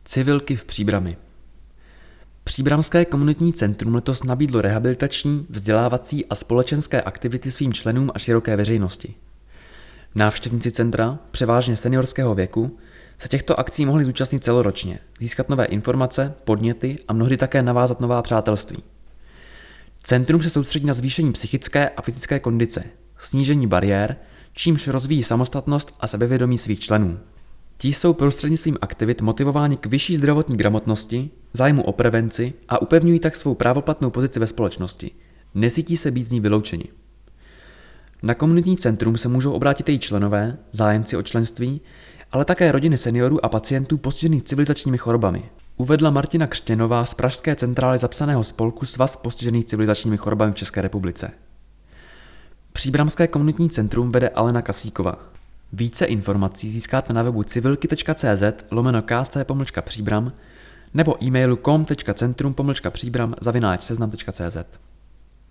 Civilky v Příbrami. Příbramské komunitní centrum letos nabídlo rehabilitační, vzdělávací a společenské aktivity svým členům a široké veřejnosti. Návštěvníci centra, převážně seniorského věku, se těchto akcí mohli zúčastnit celoročně, získat nové informace, podněty a mnohdy také navázat nová přátelství. Centrum se soustředí na zvýšení psychické a fyzické kondice, snížení bariér, čímž rozvíjí samostatnost a sebevědomí svých členů. Ti jsou prostřednictvím aktivit motivováni k vyšší zdravotní gramotnosti, zájmu o prevenci a upevňují tak svou právoplatnou pozici ve společnosti. Necítí se být z ní vyloučeni. Na komunitní centrum se můžou obrátit její členové, zájemci o členství, ale také rodiny seniorů a pacientů postižených civilizačními chorobami. Uvedla Martina Křtěnová z pražské centrály zapsaného spolku Svaz postižených civilizačními chorobami v České republice. Příbramské komunitní centrum vede Alena Kasíková. Více informací získáte na webu civilky.cz/kc-příbram nebo e-mailu kom.centrum-příbram@seznam.cz.